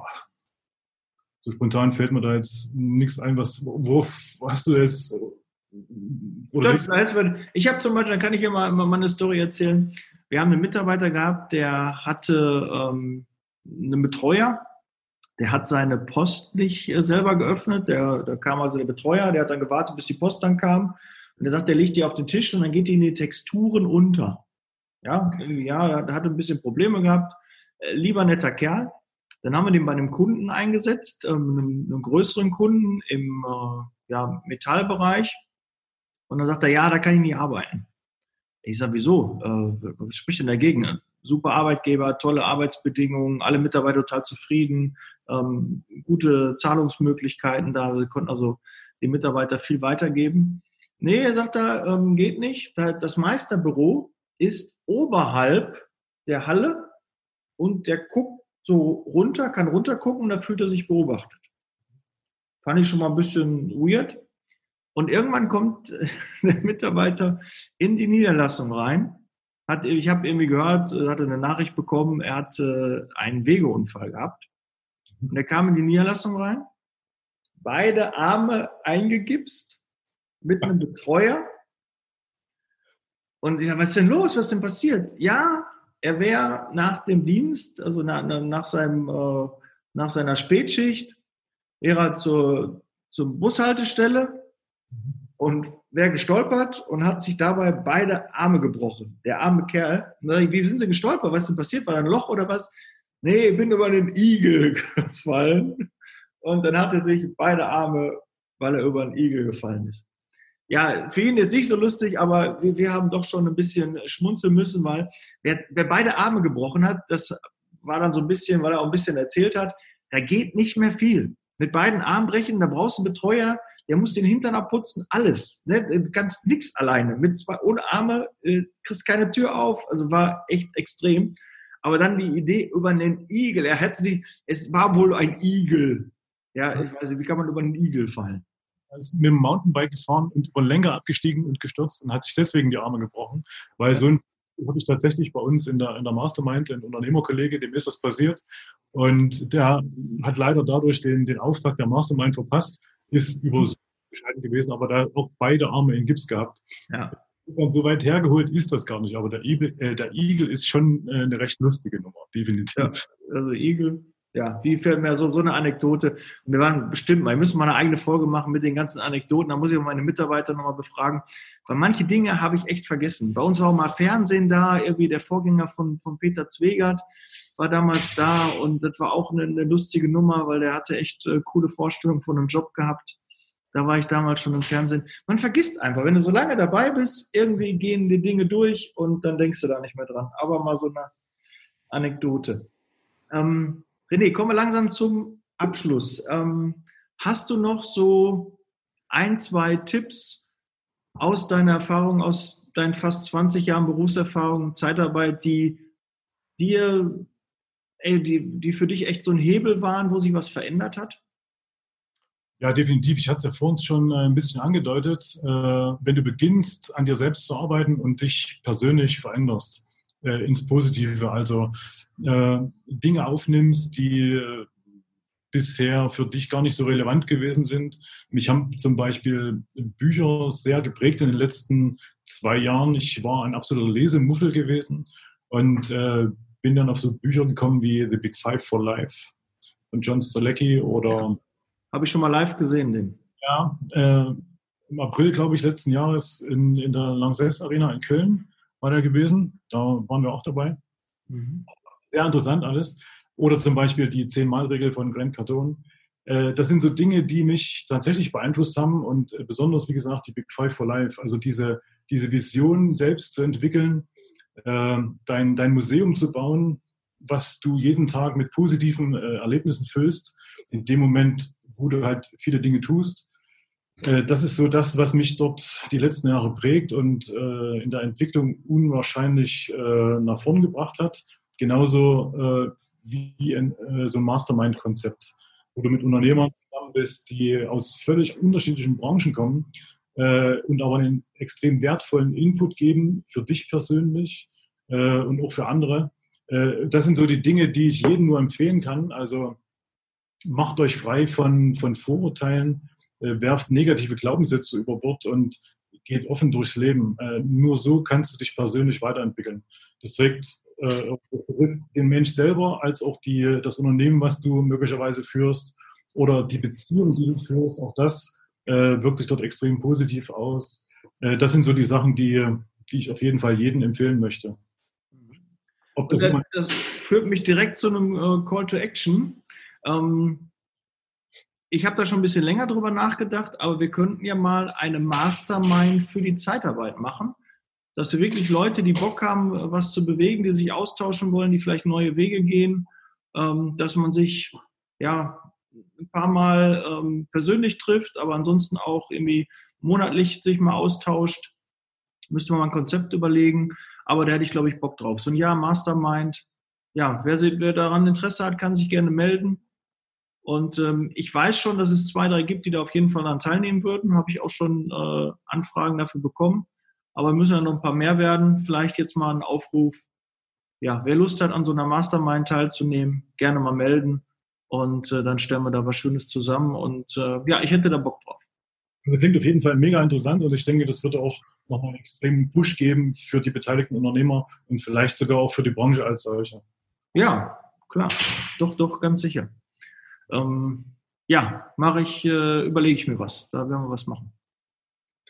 so spontan fällt mir da jetzt nichts ein. Was, wo hast du jetzt... Oder ich habe zum Beispiel, da kann ich ja mal, mal eine Story erzählen. Wir haben einen Mitarbeiter gehabt, der hatte ähm, einen Betreuer, der hat seine Post nicht äh, selber geöffnet. Der, da kam also der Betreuer, der hat dann gewartet, bis die Post dann kam. Und der sagt, der legt die auf den Tisch und dann geht die in die Texturen unter. Ja, irgendwie, ja, er hatte ein bisschen Probleme gehabt. Äh, lieber netter Kerl. Dann haben wir den bei einem Kunden eingesetzt, ähm, einem, einem größeren Kunden im äh, ja, Metallbereich. Und dann sagt er, ja, da kann ich nicht arbeiten. Ich sage, wieso? Äh, was spricht denn dagegen? Super Arbeitgeber, tolle Arbeitsbedingungen, alle Mitarbeiter total zufrieden, ähm, gute Zahlungsmöglichkeiten da. Wir konnten also den Mitarbeiter viel weitergeben. Nee, sagt er, ähm, geht nicht. Das Meisterbüro ist oberhalb der Halle und der guckt so runter, kann runtergucken und da fühlt er sich beobachtet. Fand ich schon mal ein bisschen weird. Und irgendwann kommt der Mitarbeiter in die Niederlassung rein. Hat, ich habe irgendwie gehört, hatte eine Nachricht bekommen, er hat äh, einen Wegeunfall gehabt. Und er kam in die Niederlassung rein, beide Arme eingegipst mit einem Betreuer. Und ich sage, was ist denn los? Was ist denn passiert? Ja, er wäre nach dem Dienst, also nach, nach, seinem, äh, nach seiner Spätschicht, wäre er zur, zur Bushaltestelle und wäre gestolpert und hat sich dabei beide Arme gebrochen. Der arme Kerl. Wie sind Sie gestolpert? Was ist denn passiert? War da ein Loch oder was? Nee, ich bin über den Igel gefallen. Und dann hat er sich beide Arme, weil er über den Igel gefallen ist. Ja, für ihn jetzt nicht so lustig, aber wir, wir haben doch schon ein bisschen schmunzeln müssen, weil wer, wer beide Arme gebrochen hat, das war dann so ein bisschen, weil er auch ein bisschen erzählt hat, da geht nicht mehr viel. Mit beiden Armen brechen, da brauchst du einen Betreuer, der muss den Hintern abputzen, alles. Ne? Du kannst nichts alleine. Mit zwei, ohne Arme äh, kriegst keine Tür auf, also war echt extrem. Aber dann die Idee über einen Igel, er hätte sich, es war wohl ein Igel. Ja, ich weiß nicht, wie kann man über einen Igel fallen? Er ist mit dem Mountainbike gefahren und über den Lenker abgestiegen und gestürzt und hat sich deswegen die Arme gebrochen. Weil so ein habe ich tatsächlich bei uns in der, in der Mastermind, ein Unternehmerkollege, dem ist das passiert. Und der hat leider dadurch den, den Auftrag der Mastermind verpasst, ist über bescheiden gewesen, aber da auch beide Arme in Gips gehabt. Ja. Und so weit hergeholt ist das gar nicht. Aber der Igel, äh, der Igel ist schon äh, eine recht lustige Nummer, definitiv. Ja, also Igel. Ja, wie fällt mir so, so eine Anekdote. Und wir waren bestimmt mal, wir müssen mal eine eigene Folge machen mit den ganzen Anekdoten. Da muss ich auch meine Mitarbeiter nochmal befragen. Weil manche Dinge habe ich echt vergessen. Bei uns war auch mal Fernsehen da, irgendwie der Vorgänger von, von Peter Zwegert war damals da und das war auch eine, eine lustige Nummer, weil der hatte echt äh, coole Vorstellungen von einem Job gehabt. Da war ich damals schon im Fernsehen. Man vergisst einfach, wenn du so lange dabei bist, irgendwie gehen die Dinge durch und dann denkst du da nicht mehr dran. Aber mal so eine Anekdote. Ähm, René, kommen wir langsam zum Abschluss. Ähm, hast du noch so ein, zwei Tipps aus deiner Erfahrung, aus deinen fast zwanzig Jahren Berufserfahrung, Zeitarbeit, die dir, ey, die, die für dich echt so ein Hebel waren, wo sich was verändert hat? Ja, definitiv. Ich hatte es ja vor uns schon ein bisschen angedeutet. Äh, wenn du beginnst, an dir selbst zu arbeiten und dich persönlich veränderst, äh, ins Positive, also äh, Dinge aufnimmst, die äh, bisher für dich gar nicht so relevant gewesen sind. Mich haben zum Beispiel Bücher sehr geprägt in den letzten zwei Jahren. Ich war ein absoluter Lesemuffel gewesen und äh, bin dann auf so Bücher gekommen wie The Big Five for Life von John Strzelecki oder... Ja. Habe ich schon mal live gesehen, den. Ja, äh, im April, glaube ich, letzten Jahres in, in der Lanxess Arena in Köln war der gewesen. Da waren wir auch dabei. Mhm. Sehr interessant alles. Oder zum Beispiel die Zehn-Mal-Regel von Grant Cardone. Äh, das sind so Dinge, die mich tatsächlich beeinflusst haben und äh, besonders, wie gesagt, die Big Five for Life. Also diese, diese Vision selbst zu entwickeln, äh, dein, dein Museum zu bauen, was du jeden Tag mit positiven äh, Erlebnissen füllst, in dem Moment, wo du halt viele Dinge tust. Äh, das ist so das, was mich dort die letzten Jahre prägt und äh, in der Entwicklung unwahrscheinlich äh, nach vorn gebracht hat. Genauso äh, wie ein, äh, so ein Mastermind-Konzept, wo du mit Unternehmern zusammen bist, die aus völlig unterschiedlichen Branchen kommen äh, und aber einen extrem wertvollen Input geben für dich persönlich äh, und auch für andere. Äh, das sind so die Dinge, die ich jedem nur empfehlen kann. Also macht euch frei von, von Vorurteilen, äh, werft negative Glaubenssätze über Bord und geht offen durchs Leben. Äh, nur so kannst du dich persönlich weiterentwickeln. Das trägt, äh, das betrifft den Mensch selber, als auch die, das Unternehmen, was du möglicherweise führst oder die Beziehung, die du führst. Auch das äh, wirkt sich dort extrem positiv aus. Äh, das sind so die Sachen, die, die ich auf jeden Fall jedem empfehlen möchte. Ob das, das, das führt mich direkt zu einem äh, Call to Action. Ähm, ich habe da schon ein bisschen länger drüber nachgedacht, aber wir könnten ja mal eine Mastermind für die Zeitarbeit machen, dass wir wirklich Leute, die Bock haben, was zu bewegen, die sich austauschen wollen, die vielleicht neue Wege gehen, ähm, dass man sich ja ein paar Mal ähm, persönlich trifft, aber ansonsten auch irgendwie monatlich sich mal austauscht. Müsste man mal ein Konzept überlegen, aber da hätte ich, glaube ich, Bock drauf. So ein Jahr Mastermind, ja, wer, wer daran Interesse hat, kann sich gerne melden. Und ähm, ich weiß schon, dass es zwei, drei gibt, die da auf jeden Fall daran teilnehmen würden. Habe ich auch schon äh, Anfragen dafür bekommen. Aber müssen ja noch ein paar mehr werden. Vielleicht jetzt mal ein Aufruf. Ja, wer Lust hat, an so einer Mastermind teilzunehmen, gerne mal melden. Und äh, dann stellen wir da was Schönes zusammen. Und äh, ja, ich hätte da Bock drauf. Also klingt auf jeden Fall mega interessant und ich denke, das wird auch nochmal einen extremen Push geben für die beteiligten Unternehmer und vielleicht sogar auch für die Branche als solche. Ja, klar. Doch, doch, ganz sicher. Ähm, ja, mache ich, äh, überlege ich mir was. Da werden wir was machen.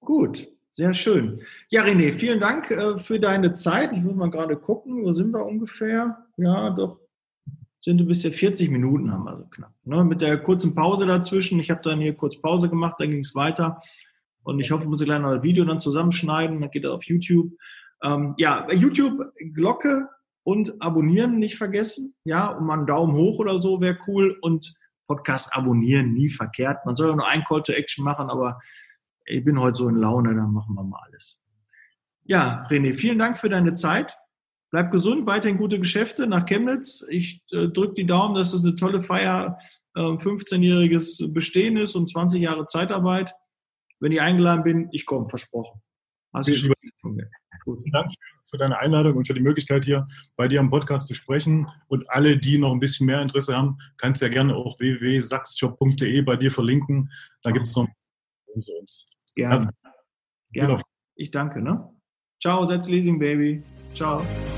Gut, sehr schön. Ja, René, vielen Dank äh, für deine Zeit. Ich muss mal gerade gucken, wo sind wir ungefähr? Ja, doch, sind ein bisschen vierzig Minuten haben wir so knapp. Ne? Mit der kurzen Pause dazwischen. Ich habe dann hier kurz Pause gemacht, dann ging es weiter. Und ich hoffe, ich muss gleich noch ein Video dann zusammenschneiden. Dann geht er auf YouTube. Ähm, ja, YouTube, Glocke und abonnieren nicht vergessen. Ja, und mal einen Daumen hoch oder so wäre cool. Und Podcast abonnieren, nie verkehrt. Man soll ja nur ein Call to Action machen, aber ich bin heute so in Laune, dann machen wir mal alles. Ja, René, vielen Dank für deine Zeit. Bleib gesund, weiterhin gute Geschäfte nach Chemnitz. Ich äh, drücke die Daumen, dass es eine tolle Feier, äh, fünfzehnjähriges Bestehen ist und zwanzig Jahre Zeitarbeit. Wenn ich eingeladen bin, ich komme, versprochen. Also vielen, vielen Dank für deine Einladung und für die Möglichkeit, hier bei dir am Podcast zu sprechen. Und alle, die noch ein bisschen mehr Interesse haben, kannst du ja gerne auch w w w punkt sachsjob punkt de bei dir verlinken. Da gibt es noch uns. uns. Gerne. Gerne. Ich danke. Ne? Ciao, Setz Leasing Baby. Ciao.